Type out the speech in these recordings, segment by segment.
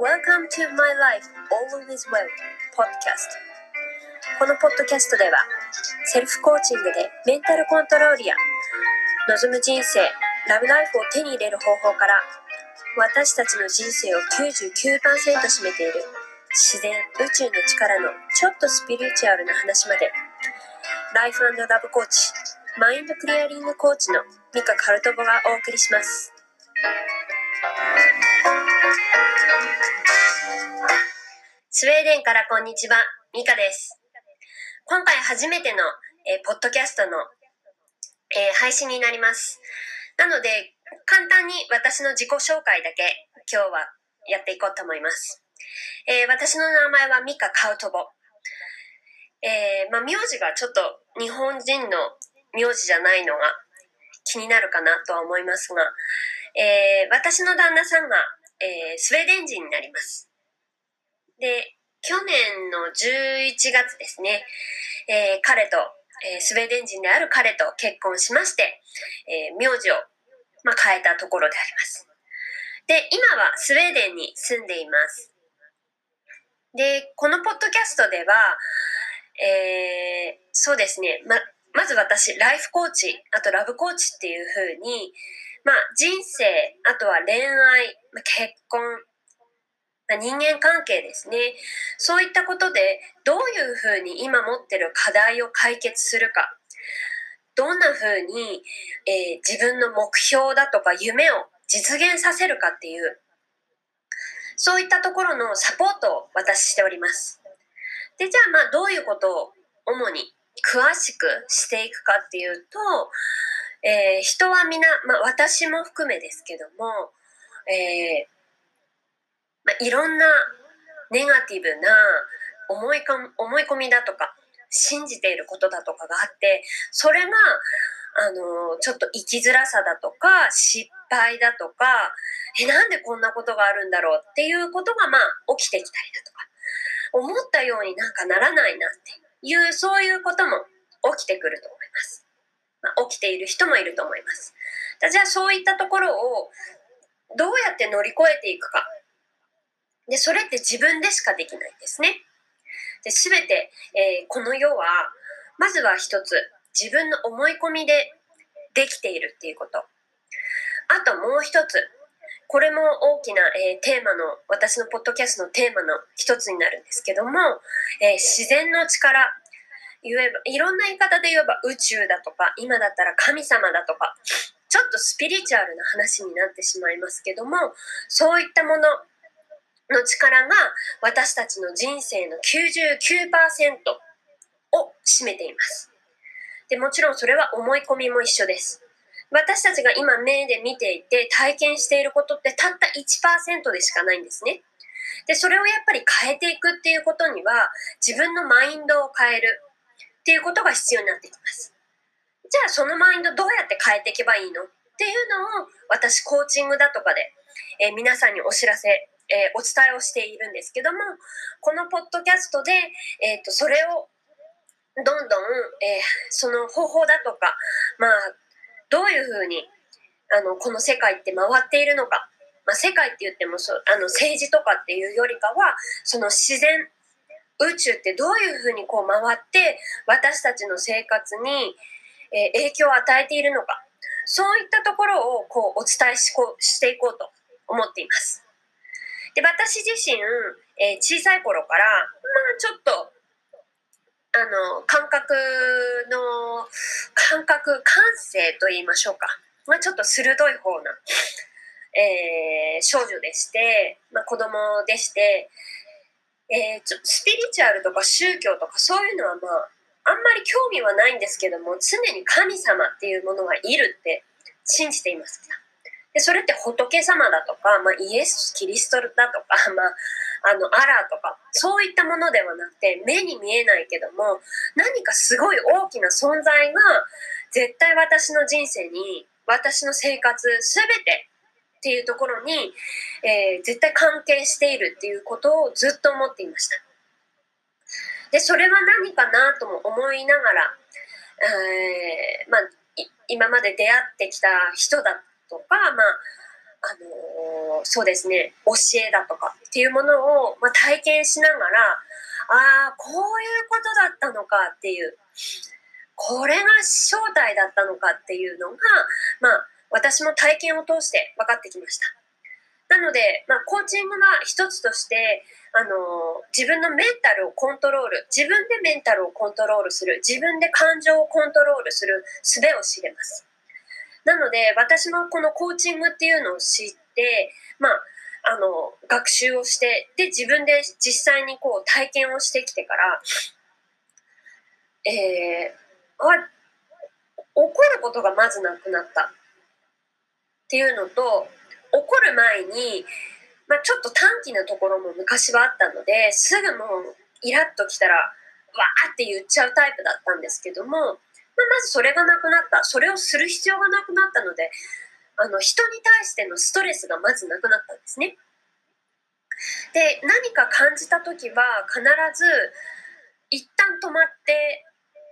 Welcome to my life, all is well podcast。このポッドキャストではセルフコーチングでメンタルコントロールや望む人生、ラブライフを手に入れる方法から、私たちの人生を 99% 占めている自然、宇宙の力のちょっとスピリチュアルな話まで、ライフ&ラブコーチ、マインドクリアリングコーチのミカ・カルトボがお送りします。スウェーデンからこんにちは、ミカです。今回初めての、ポッドキャストの、配信になります。なので簡単に私の自己紹介だけ今日はやっていこうと思います。私の名前はミカ・カウトボ。名字がちょっと日本人の名字じゃないのが気になるかなとは思いますが、私の旦那さんが、スウェーデン人になります。で、去年の11月ですね、彼と、スウェーデン人である彼と結婚しまして、名字を、変えたところであります。で、今はスウェーデンに住んでいます。で、このポッドキャストでは、そうですね、まず私、ライフコーチ、あとラブコーチっていう風に、人生、あとは恋愛、結婚、人間関係ですね。そういったことでどういうふうに今持ってる課題を解決するか、どんなふうに、自分の目標だとか夢を実現させるかっていう、そういったところのサポートを私しております。で、じゃあどういうことを主に詳しくしていくかっていうと、人は皆、私も含めですけども、いろんなネガティブな思い込みだとか信じていることだとかがあって、それがちょっと生きづらさだとか失敗だとか、なんでこんなことがあるんだろうっていうことが起きてきたりだとか、思ったようになんかならないなっていう、そういうことも起きてくると思います。起きている人もいると思います。じゃあそういったところをどうやって乗り越えていくか。で、それって自分でしかできないんですね。で、全て、この世は、まずは一つ、自分の思い込みでできているっていうこと。あともう一つ、これも大きな、テーマの、私のポッドキャストのテーマの一つになるんですけども、自然の力、いろんな言い方で言えば宇宙だとか、今だったら神様だとか、ちょっとスピリチュアルな話になってしまいますけども、そういったものの力が私たちの人生の 99% を占めています。で、もちろんそれは思い込みも一緒です。私たちが今目で見ていて体験していることってたった 1% でしかないんですね。で、それをやっぱり変えていくっていうことには、自分のマインドを変えるっていうことが必要になってきます。じゃあそのマインドどうやって変えていけばいいのっていうのを、私コーチングだとかで、皆さんにお知らせ、お伝えをしているんですけども、このポッドキャストで、それをどんどん、その方法だとか、どういうふうにこの世界って回っているのか、世界って言っても政治とかっていうよりかは、その自然、宇宙ってどういうふうにこう回って私たちの生活に、影響を与えているのか、そういったところをこうお伝えしていこうと思っています。で、私自身、小さい頃からちょっと感性と言いましょうか、ちょっと鋭い方な、少女でして、子供でして、スピリチュアルとか宗教とかそういうのはあんまり興味はないんですけども、常に神様っていうものがいるって信じています。で、それって仏様だとか、イエス・キリストだとか、アラーとか、そういったものではなくて、目に見えないけども、何かすごい大きな存在が、絶対私の人生に、私の生活すべてっていうところに、絶対関係しているっていうことをずっと思っていました。で、それは何かなとも思いながら、今まで出会ってきた人だとか、 そうですね、教えだとかっていうものを、体験しながら、こういうことだったのかっていう、これが正体だったのかっていうのが、私も体験を通して分かってきました。なので、コーチングが一つとして、自分のメンタルをコントロール、自分でメンタルをコントロールする、自分で感情をコントロールする術を知れます。なので、私もこのコーチングっていうのを知って、学習をして、で、自分で実際にこう体験をしてきてから、怒ることがまずなくなったっていうのと、怒る前に、ちょっと短気なところも昔はあったので、すぐもうイラッときたらわーって言っちゃうタイプだったんですけども、まずそれがなくなった、それをする必要がなくなったので、人に対してのストレスがまずなくなったんですね。で、何か感じた時は必ず一旦止まって、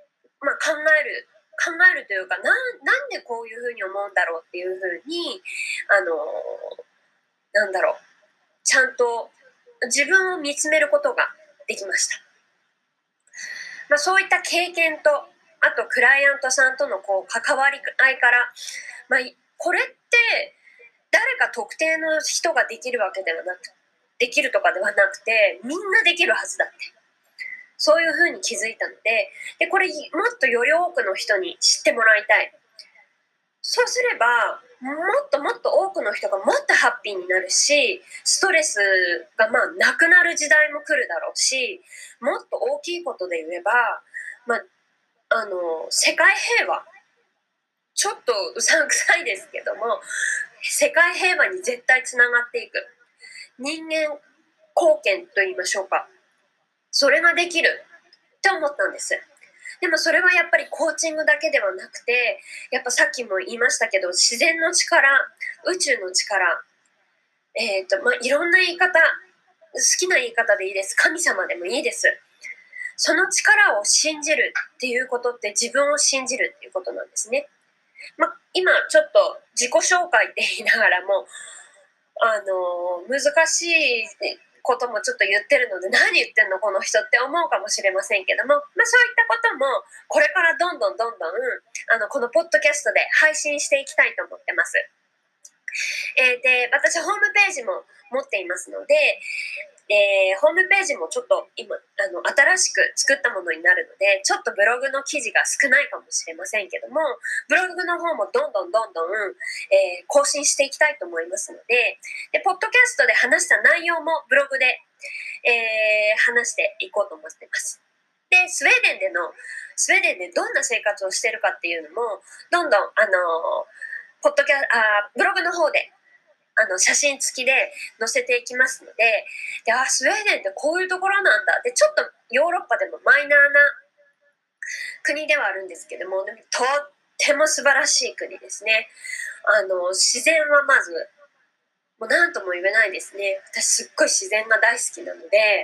考えるというか、なんでこういうふうに思うんだろうっていうふうに、あのなんだろう、ちゃんと自分を見つめることができました。そういった経験と、あとクライアントさんとのこう関わり合いから、これって誰か特定の人ができるわけではなく、できるとかではなくて、みんなできるはずだって。そういうふうに気づいたので、これもっとより多くの人に知ってもらいたい。そうすれば、もっともっと多くの人がもっとハッピーになるし、ストレスがなくなる時代も来るだろうし、もっと大きいことで言えば、世界平和、ちょっとうさんくさいですけども、世界平和に絶対つながっていく。人間貢献と言いましょうか。それができるって思ったんです。でもそれはやっぱりコーチングだけではなくて、やっぱさっきも言いましたけど、自然の力、宇宙の力、いろんな言い方、好きな言い方でいいです。神様でもいいです。その力を信じるっていうことって自分を信じるっていうことなんですね。今ちょっと自己紹介って言いながらも、難しいこともちょっと言ってるので、何言ってんのこの人って思うかもしれませんけども、そういったこともこれからどんどんこのポッドキャストで配信していきたいと思ってます。で、私ホームページも持っていますので、ホームページもちょっと今新しく作ったものになるので、ちょっとブログの記事が少ないかもしれませんけども、ブログの方もどんどん、更新していきたいと思いますので、ポッドキャストで話した内容もブログで、話していこうと思ってます。で、スウェーデンでどんな生活をしているかっていうのも、どんどんブログの方で写真付きで載せていきますので、スウェーデンってこういうところなんだ。で、ちょっとヨーロッパでもマイナーな国ではあるんですけども、でもとっても素晴らしい国ですね。自然はまず、もう何とも言えないですね。私すっごい自然が大好きなので、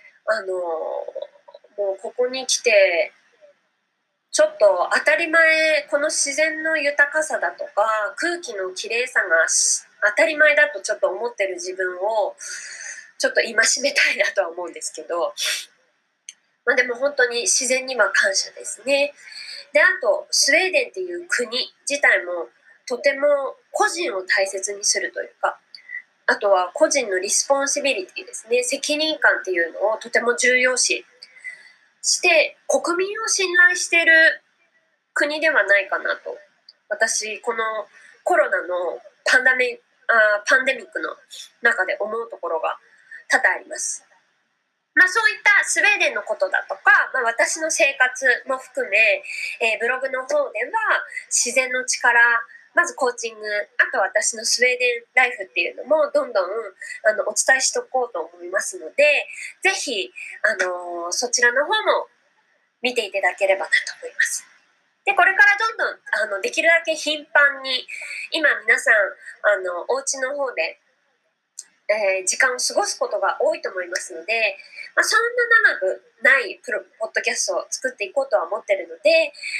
もうここに来て、ちょっと当たり前、この自然の豊かさだとか空気のきれいさが当たり前だとちょっと思ってる自分をちょっと戒めたいなとは思うんですけど、でも本当に自然には感謝ですね。で、あとスウェーデンっていう国自体もとても個人を大切にするというか、あとは個人のリスポンシビリティですね、責任感っていうのをとても重要視して国民を信頼している国ではないかなと、私このコロナのパンデミックの中で思うところが多々あります。そういったスウェーデンのことだとか、私の生活も含め、ブログの方では自然の力、まずコーチング、あと私のスウェーデンライフっていうのもどんどんお伝えしておこうと思いますので、ぜひそちらの方も見ていただければなと思います。で、これからどんどんできるだけ頻繁に、今皆さんお家の方で、時間を過ごすことが多いと思いますので、そんな長くないポッドキャストを作っていこうとは思ってるので、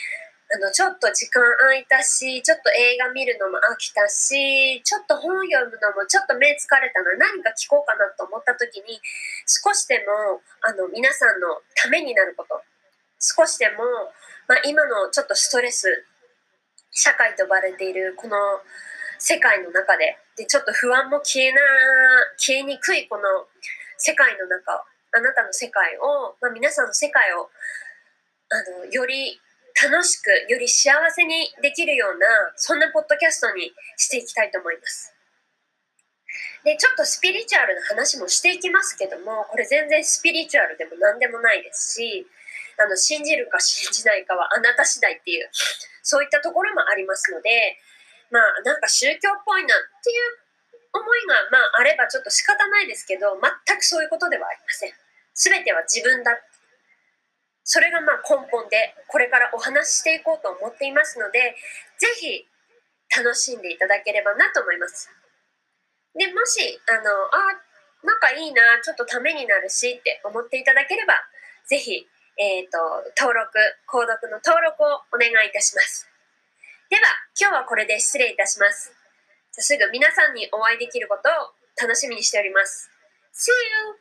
ちょっと時間空いたし、ちょっと映画見るのも飽きたし、ちょっと本読むのもちょっと目疲れたな、何か聞こうかなと思った時に、少しでも皆さんのためになること、少しでも、今のちょっとストレス社会と呼ばれているこの世界の中で、ちょっと不安も消えにくいこの世界の中、あなたの世界を、皆さんの世界をより楽しく、より幸せにできるような、そんなポッドキャストにしていきたいと思います。で、ちょっとスピリチュアルな話もしていきますけども、これ全然スピリチュアルでも何でもないですし、信じるか信じないかはあなた次第っていう、そういったところもありますので、なんか宗教っぽいなっていう思いがあればちょっと仕方ないですけど、全くそういうことではありません。全ては自分だ。それが根本でこれからお話ししていこうと思っていますので、ぜひ楽しんでいただければなと思います。で、もしなんかいいな、ちょっとためになるしって思っていただければ、ぜひ購読の登録をお願いいたします。では、今日はこれで失礼いたします。すぐ皆さんにお会いできることを楽しみにしております。See you!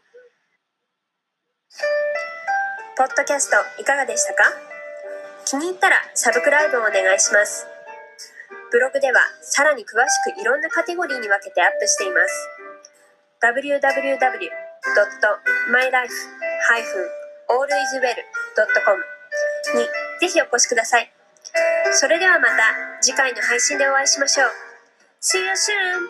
ポッドキャストいかがでしたか？気に入ったらサブスクライブをお願いします。ブログではさらに詳しくいろんなカテゴリーに分けてアップしています。www.mylife-alwayswell.com にぜひお越しください。それではまた次回の配信でお会いしましょう。See you soon!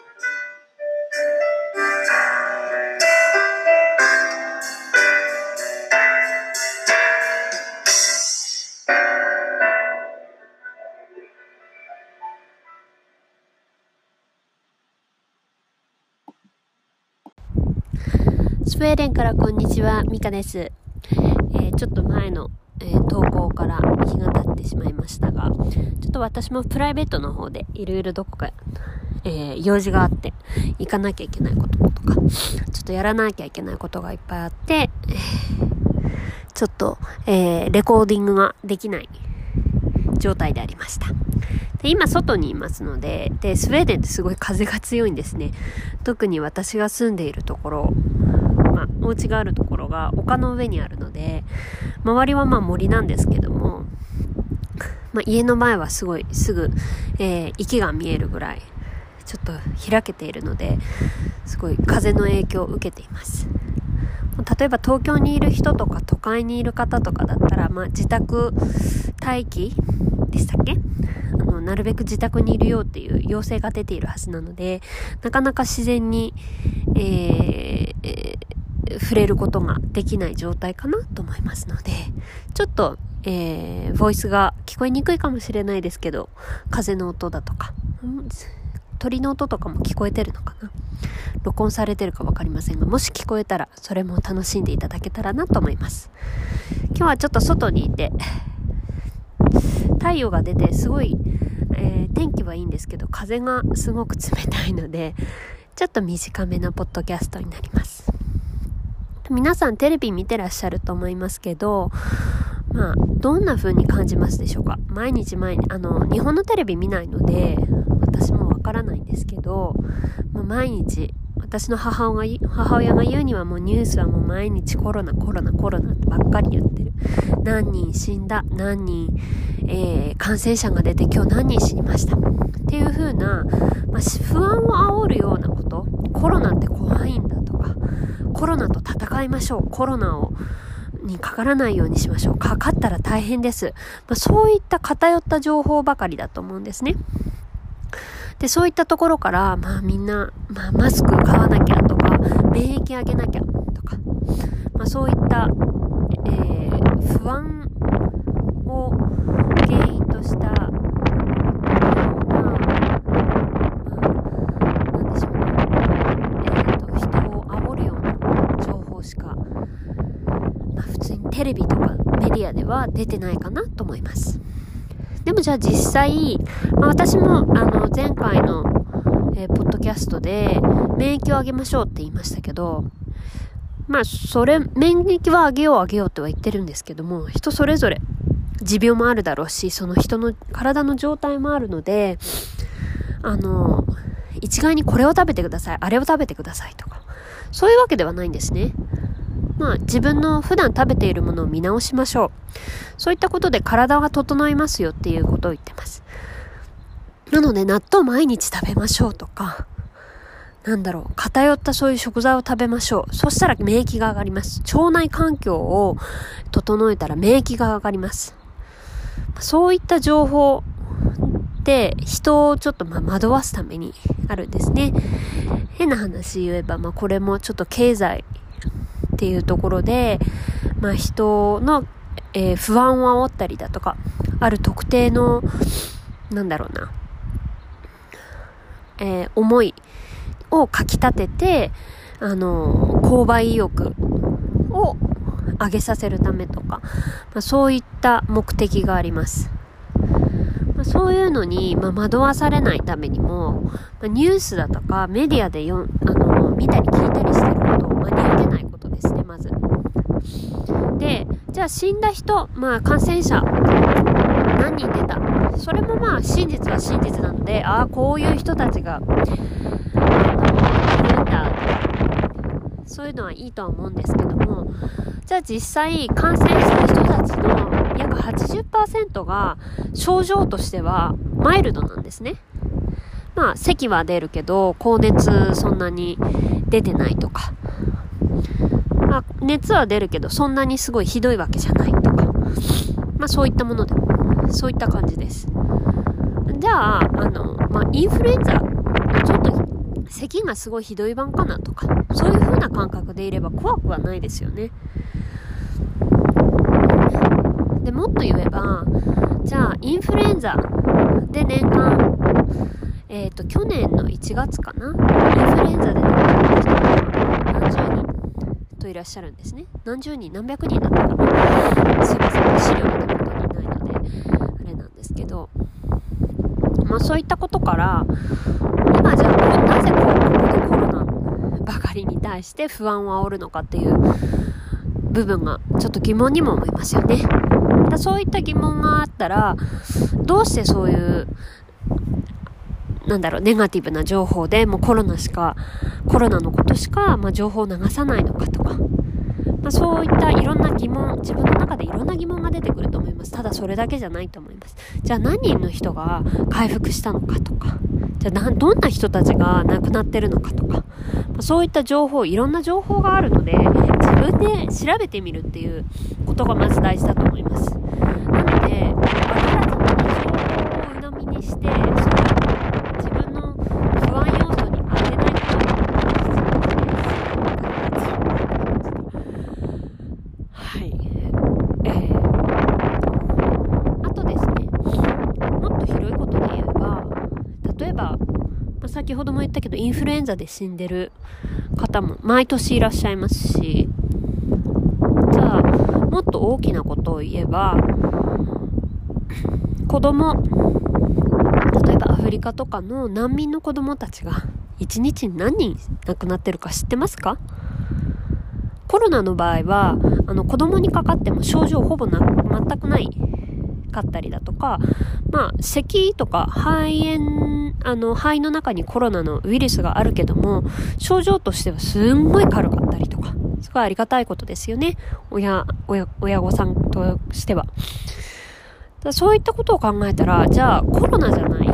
スウェーデンからこんにちは、ミカです。ちょっと前の、投稿から日が経ってしまいましたが、ちょっと私もプライベートの方でいろいろどこか、用事があって行かなきゃいけないこととか、ちょっとやらなきゃいけないことがいっぱいあって、ちょっと、レコーディングができない状態でありました。で、今外にいますので、スウェーデンってすごい風が強いんですね。特に私が住んでいるところ、お家があるところが丘の上にあるので、周りは森なんですけども、家の前はすぐ、池が見えるぐらいちょっと開けているので、すごい風の影響を受けています。例えば東京にいる人とか都会にいる方とかだったら、自宅待機でしたっけ？なるべく自宅にいるよっていう要請が出ているはずなので、なかなか自然に、触れることができない状態かなと思いますので、ちょっと、ボイスが聞こえにくいかもしれないですけど、風の音だとか、鳥の音とかも聞こえてるのかな、録音されてるか分かりませんが、もし聞こえたらそれも楽しんでいただけたらなと思います。今日はちょっと外にいて太陽が出てすごい、天気はいいんですけど、風がすごく冷たいので、ちょっと短めのポッドキャストになります。皆さんテレビ見てらっしゃると思いますけど、どんな風に感じますでしょうか？毎日日本のテレビ見ないので私もわからないんですけど、毎日私の母親が言うには、もうニュースはもう毎日コロナってばっかり言ってる。何人死んだ、何人、感染者が出て今日何人死にましたっていう風な、不安を煽るようなこと、コロナって怖いんだとか、コロナと戦いましょう、コロナにかからないようにしましょう、かかったら大変です、そういった偏った情報ばかりだと思うんですね。で、そういったところから、みんな、マスク買わなきゃとか、免疫上げなきゃとか、そういった、不安を原因とした、人を煽るような情報しか、普通にテレビとかメディアでは出てないかなと思います。でもじゃあ実際、私も前回の、ポッドキャストで免疫を上げましょうって言いましたけど、免疫は上げようとは言ってるんですけども、人それぞれ持病もあるだろうし、その人の体の状態もあるので、一概にこれを食べてください、あれを食べてくださいとか、そういうわけではないんですね。自分の普段食べているものを見直しましょう。そういったことで体が整いますよっていうことを言ってます。なので納豆毎日食べましょうとか、偏ったそういう食材を食べましょう。そしたら免疫が上がります。腸内環境を整えたら免疫が上がります。そういった情報って人をちょっと惑わすためにあるんですね。変な話言えば、これもちょっと経済っていうところで、人の、不安を煽ったりだとか、ある特定の思いをかき立てて、購買意欲を上げさせるためとか、そういった目的があります。そういうのに、惑わされないためにも、ニュースだとかメディアで見たり聞いたりしてることを真に受けないことですね、まず。で、じゃあ死んだ人、感染者何人出た、それも真実は真実なので、こういう人たちがいるんだ、そういうのはいいとは思うんですけども、じゃあ実際感染した人たちの約 80% が症状としてはマイルドなんですね。咳は出るけど高熱そんなに出てないとか、熱は出るけどそんなにすごいひどいわけじゃないとか、そういったものでもそういった感じです。じゃあインフルエンザちょっと咳がすごいひどい版かなとか、そういう風な感覚でいれば怖くはないですよね。でもっと言えば、じゃあインフルエンザで年間去年の1月かな、インフルエンザで亡くなった人が何十人といらっしゃるんですね。何十人何百人だったかな、すいません、資料が手元にないのであれなんですけど、そういったことから今じゃあなぜここでコロナばかりに対して不安を煽るのかっていう部分がちょっと疑問にも思いますよね。そういった疑問があったら、どうしてそういうネガティブな情報でもうコロナのことしか、情報を流さないのかとか、そういったいろんな疑問、自分の中でいろんな疑問が出てくると思います。ただそれだけじゃないと思います。じゃあ何人の人が回復したのかとか、じゃあどんな人たちが亡くなってるのかとか、そういった情報、いろんな情報があるので、自分で調べてみるっていうことがまず大事だと思います。なので、あからさまに情報を鵜呑みにして、自分の不安要素に当てないことがはい。あとですね、もっと広いことで言えば、例えば、先ほども言ったけどインフルエンザで死んでる方も毎年いらっしゃいますし、じゃあもっと大きなことを言えば、子供、例えばアフリカとかの難民の子供たちが1日に何人亡くなってるか知ってますか？コロナの場合は子供にかかっても症状ほぼ全くないかったりだとか、咳とか肺の中にコロナのウイルスがあるけども、症状としてはすんごい軽かったりとか、すごいありがたいことですよね、親御さんとしては。そういったことを考えたら、じゃあコロナじゃない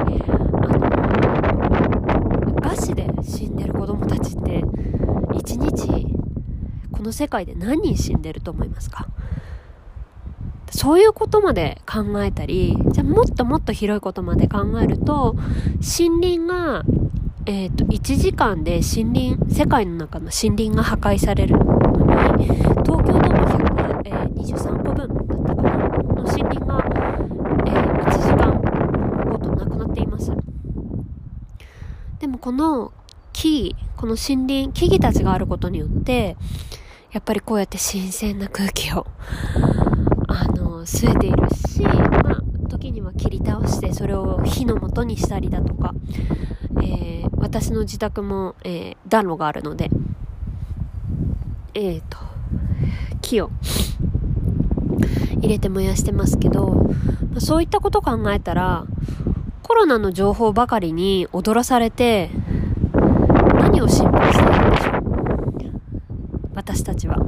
餓死で死んでる子供たちって1日この世界で何人死んでると思いますか？そういうことまで考えたり、じゃあもっともっと広いことまで考えると、森林が、1時間で世界の中の森林が破壊されるのに、東京ドーム123個分だったかなの森林が、1時間ごとなくなっています。でもこの森林、木々たちがあることによって、やっぱりこうやって新鮮な空気を吸えているし、時には切り倒してそれを火の元にしたりだとか、私の自宅も、暖炉があるので、木を入れて燃やしてますけど、そういったことを考えたら、コロナの情報ばかりに踊らされて、何を心配しているんでしょう、私たちは。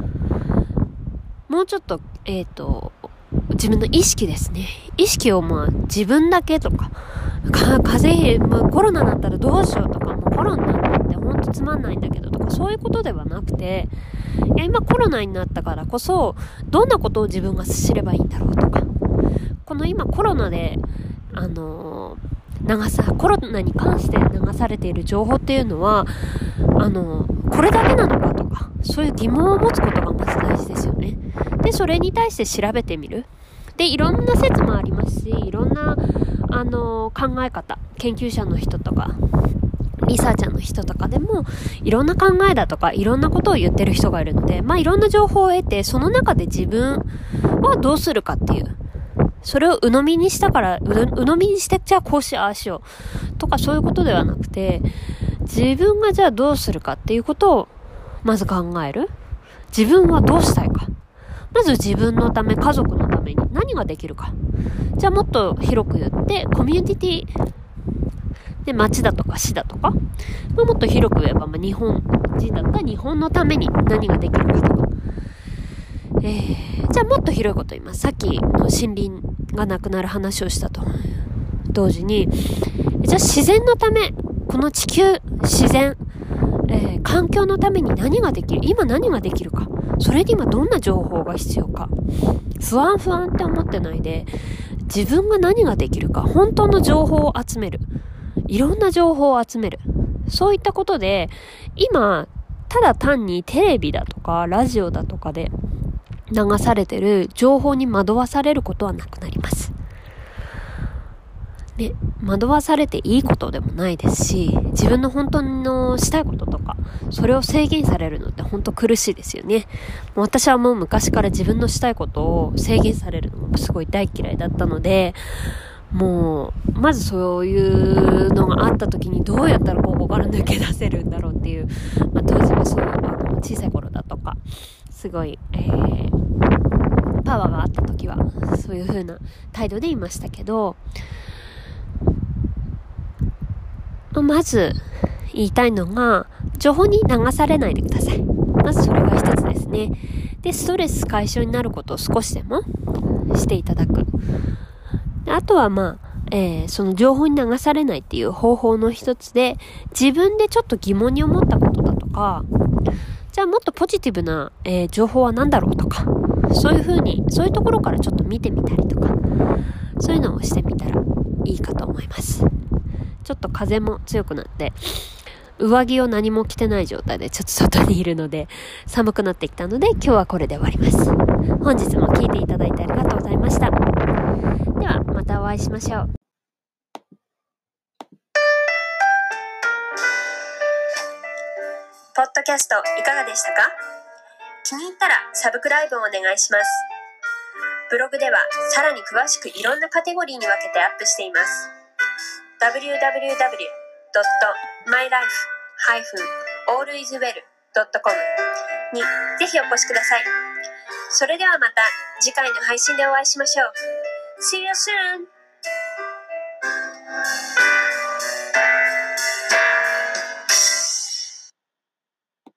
もうちょっと、自分の意識ですね。意識を自分だけとか、風邪、コロナになったらどうしようとか、もうコロナになってほんとつまんないんだけどとか、そういうことではなくて、いや今コロナになったからこそ、どんなことを自分が知ればいいんだろうとか、この今コロナで、コロナに関して流されている情報っていうのは、これだけなのかとか、そういう疑問を持つことがまず大事ですよね。で、それに対して調べてみる。で、いろんな説もありますし、いろんな、考え方、研究者の人とか、リサーチャーの人とかでも、いろんな考えだとか、いろんなことを言ってる人がいるので、いろんな情報を得て、その中で自分はどうするかっていう、それを鵜呑みにしたから、鵜呑みにして、じゃあこうしよう、ああしよう、とかそういうことではなくて、自分がじゃあどうするかっていうことを、まず考える。自分はどうしたいか。まず自分のため、家族のために何ができるか。じゃあもっと広く言って、コミュニティで、町だとか市だとか、もっと広く言えば、日本人だったら日本のために何ができるかとか。じゃあもっと広いこと言います。さっきの森林がなくなる話をしたと同時に、じゃあ自然のため、この地球、自然、環境のために何ができる、今何ができるか、それに今どんな情報が必要か、不安って思ってないで、自分が何ができるか、本当の情報を集める、いろんな情報を集める、そういったことで、今ただ単にテレビだとかラジオだとかで流されてる情報に惑わされることはなくなります。ね、惑わされていいことでもないですし、自分の本当のしたいこととか、それを制限されるのって本当苦しいですよね。もう私はもう昔から自分のしたいことを制限されるのもすごい大嫌いだったので、もうまずそういうのがあった時にどうやったらここから抜け出せるんだろうっていう、当時はそう小さい頃だとかすごい、パワーがあった時はそういう風な態度でいましたけど、まず言いたいのが、情報に流されないでください。まずそれが一つですね。で、ストレス解消になることを少しでもしていただく。あとはその情報に流されないっていう方法の一つで、自分でちょっと疑問に思ったことだとか、じゃあもっとポジティブな、情報は何だろうとか、そういうところからちょっと見てみたりとか、そういうのをしてみたらいいかと思います。ちょっと風も強くなって、上着を何も着てない状態でちょっと外にいるので寒くなってきたので、今日はこれで終わります。本日も聞いていただいてありがとうございました。ではまたお会いしましょう。 ポッドキャストいかがでしたか？気に入ったらサブスクライブをお願いします。ブログではさらに詳しくいろんなカテゴリーに分けてアップしています。www.mylifealwayswell.com にぜひお越しください。それではまた次回の配信でお会いしましょう。See you soon!